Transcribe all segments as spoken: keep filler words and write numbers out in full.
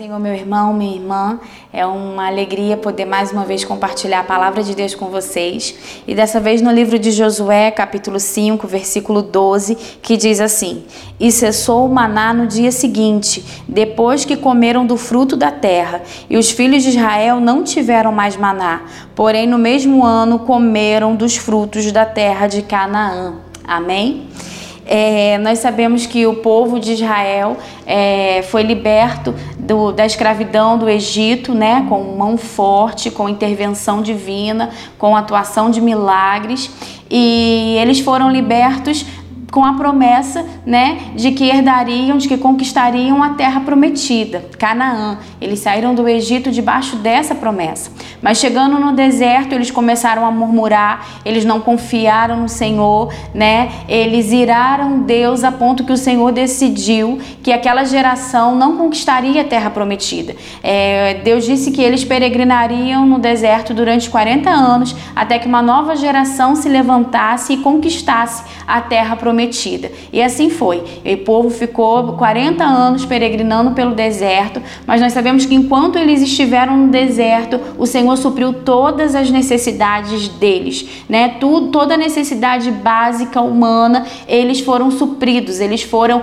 Senhor, meu irmão, minha irmã, é uma alegria poder mais uma vez compartilhar a palavra de Deus com vocês. E dessa vez no livro de Josué, capítulo cinco, versículo doze, que diz assim: E cessou o maná no dia seguinte, depois que comeram do fruto da terra, e os filhos de Israel não tiveram mais maná, porém no mesmo ano comeram dos frutos da terra de Canaã. Amém? É, nós sabemos que o povo de Israel é, foi liberto do, da escravidão do Egito, né, com mão forte, com intervenção divina, com atuação de milagres, e eles foram libertos com a promessa, né, de que herdariam, de que conquistariam a terra prometida, Canaã. Eles saíram do Egito debaixo dessa promessa. Mas chegando no deserto, eles começaram a murmurar, eles não confiaram no Senhor, né? Eles iraram Deus a ponto que o Senhor decidiu que aquela geração não conquistaria a terra prometida. É, Deus disse que eles peregrinariam no deserto durante quarenta anos, até que uma nova geração se levantasse e conquistasse a terra prometida. E assim foi. E o povo ficou quarenta anos peregrinando pelo deserto, mas nós sabemos que enquanto eles estiveram no deserto, o Senhor supriu todas as necessidades deles, né? Tudo, toda a necessidade básica humana, eles foram supridos, eles foram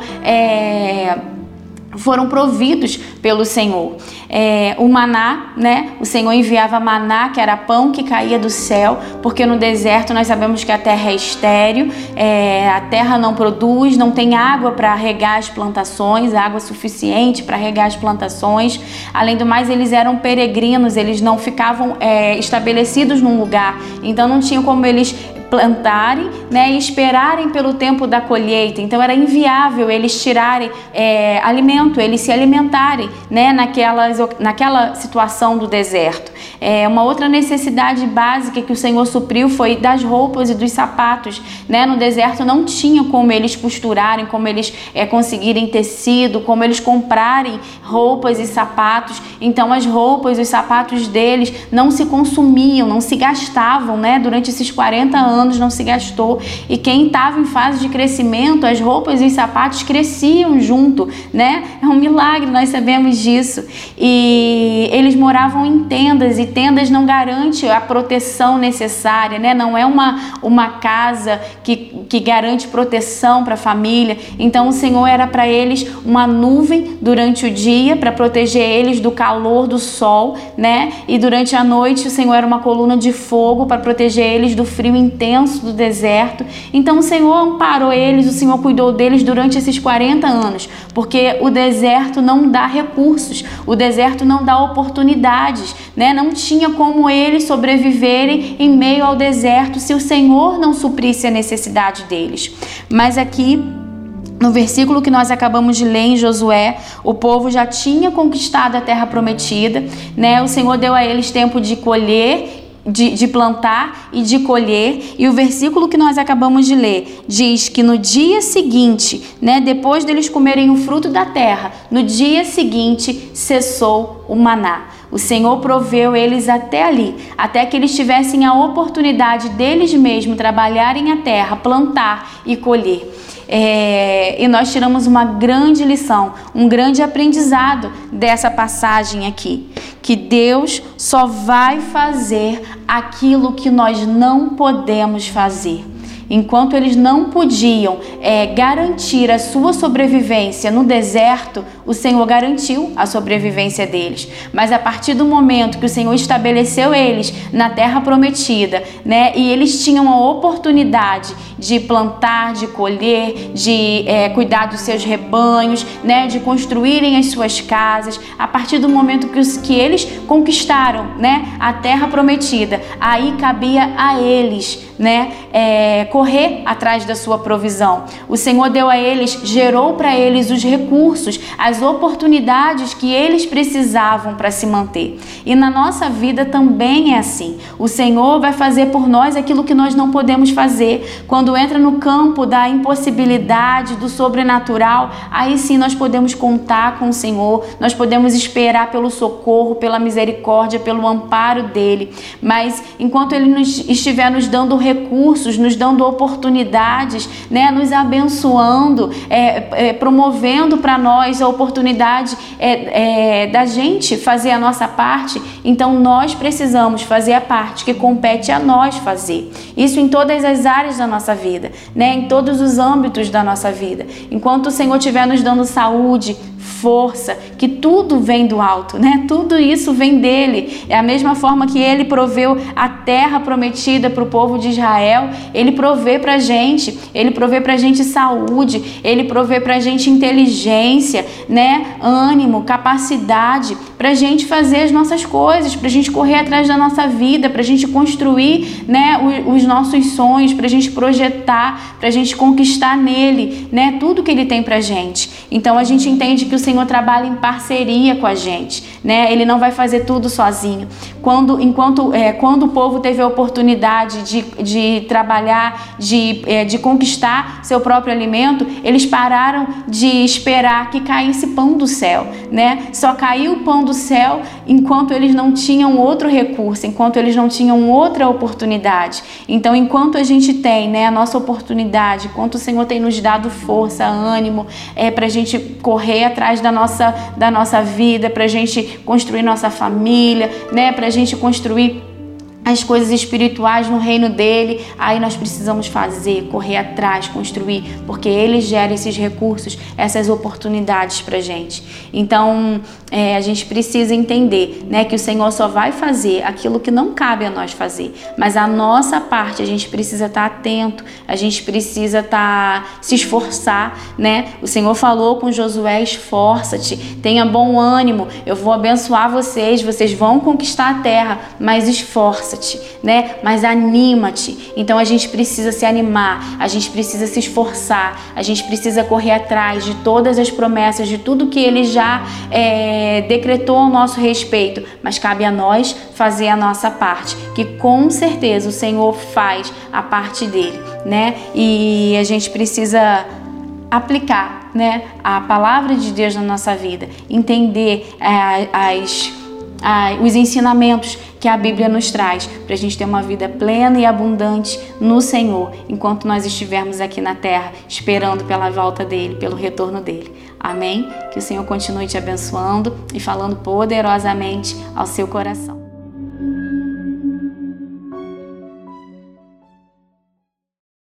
é... foram providos pelo Senhor. É, o maná, né? O Senhor enviava maná, que era pão que caía do céu, porque no deserto nós sabemos que a terra é estéril, é, a terra não produz, não tem água para regar as plantações, água suficiente para regar as plantações. Além do mais, eles eram peregrinos, eles não ficavam é, estabelecidos num lugar, então não tinham como eles plantarem, né, e esperarem pelo tempo da colheita. Então era inviável eles tirarem é, alimento, eles se alimentarem, né, naquelas, naquela situação do deserto. É, uma outra necessidade básica que o Senhor supriu foi das roupas e dos sapatos, né? No deserto não tinha como eles costurarem, como eles é, conseguirem tecido, como eles comprarem roupas e sapatos. Então as roupas e os sapatos deles não se consumiam, não se gastavam, né? Durante esses quarenta anos anos não se gastou, e quem estava em fase de crescimento, as roupas e os sapatos cresciam junto, né? É um milagre, nós sabemos disso. E eles moravam em tendas, e tendas não garante a proteção necessária, né? Não é uma, uma casa que, que garante proteção para a família. Então o Senhor era para eles uma nuvem durante o dia para proteger eles do calor do sol, né? E durante a noite o Senhor era uma coluna de fogo para proteger eles do frio intenso do deserto. Então o Senhor amparou eles, o Senhor cuidou deles durante esses quarenta anos, porque o deserto não dá recursos, o deserto não dá oportunidades, né? Não tinha como eles sobreviverem em meio ao deserto se o Senhor não suprisse a necessidade deles. Mas aqui no versículo que nós acabamos de ler em Josué, o povo já tinha conquistado a terra prometida, né? O Senhor deu a eles tempo de colher, De, de plantar e de colher, e o versículo que nós acabamos de ler diz que no dia seguinte, né, depois deles comerem o fruto da terra, no dia seguinte cessou o maná. O Senhor proveu eles até ali, até que eles tivessem a oportunidade deles mesmos trabalharem a terra, plantar e colher. É, e nós tiramos uma grande lição, um grande aprendizado dessa passagem aqui, que Deus só vai fazer aquilo que nós não podemos fazer. Enquanto eles não podiam é, garantir a sua sobrevivência no deserto, o Senhor garantiu a sobrevivência deles. Mas a partir do momento que o Senhor estabeleceu eles na terra prometida, né, e eles tinham a oportunidade de plantar, de colher, de é, cuidar dos seus rebanhos, né, de construírem as suas casas, a partir do momento que, os, que eles conquistaram, né, a terra prometida, aí cabia a eles, né, é, correr atrás da sua provisão. O Senhor deu a eles, gerou para eles os recursos, as oportunidades que eles precisavam para se manter. E na nossa vida também é assim. O Senhor vai fazer por nós aquilo que nós não podemos fazer. Quando entra no campo da impossibilidade, do sobrenatural, aí sim nós podemos contar com o Senhor, nós podemos esperar pelo socorro, pela misericórdia, pelo amparo dele. Mas enquanto ele nos estiver nos dando recursos, nos dando oportunidades, né? Nos abençoando, é, é, promovendo para nós a oportunidade é, é, da gente fazer a nossa parte. Então nós precisamos fazer a parte que compete a nós fazer. Isso em todas as áreas da nossa vida, né? Em todos os âmbitos da nossa vida. Enquanto o Senhor estiver nos dando saúde, força, que tudo vem do alto, né? Tudo isso vem dele. É a mesma forma que ele proveu a terra prometida para o povo de Israel, ele provê pra gente, ele provê pra gente saúde, ele provê pra gente inteligência, né? Ânimo, capacidade pra gente fazer as nossas coisas, pra gente correr atrás da nossa vida, pra gente construir, né, os, os nossos sonhos, pra gente projetar, pra gente conquistar nele, né, tudo que ele tem pra gente. Então a gente entende que o Senhor trabalha em parceria com a gente, né? Ele não vai fazer tudo sozinho. Quando, enquanto, é, quando o povo teve a oportunidade de, de trabalhar, de, é, de conquistar seu próprio alimento, eles pararam de esperar que caísse pão do céu, né? Só caiu o pão do céu enquanto eles não tinham outro recurso, enquanto eles não tinham outra oportunidade. Então, enquanto a gente tem, né, a nossa oportunidade, enquanto o Senhor tem nos dado força, ânimo, é, para a gente correr atrás da nossa, da nossa vida, para a gente construir nossa família, né, para a gente construir as coisas espirituais no reino dele, aí nós precisamos fazer, correr atrás, construir, porque ele gera esses recursos, essas oportunidades pra gente. Então, é, a gente precisa entender, né, que o Senhor só vai fazer aquilo que não cabe a nós fazer, mas a nossa parte, a gente precisa estar atento, a gente precisa estar, se esforçar, né? O Senhor falou com Josué: esforça-te, tenha bom ânimo, eu vou abençoar vocês, vocês vão conquistar a terra, mas esforça-te, né? Mas anima-te. Então a gente precisa se animar, a gente precisa se esforçar, a gente precisa correr atrás de todas as promessas, de tudo que ele já é, decretou ao nosso respeito, mas cabe a nós fazer a nossa parte, que com certeza o Senhor faz a parte dele, né? E a gente precisa aplicar, né, a palavra de Deus na nossa vida, entender é, as Ah, os ensinamentos que a Bíblia nos traz para a gente ter uma vida plena e abundante no Senhor, enquanto nós estivermos aqui na terra, esperando pela volta dele, pelo retorno dele. Amém? Que o Senhor continue te abençoando e falando poderosamente ao seu coração.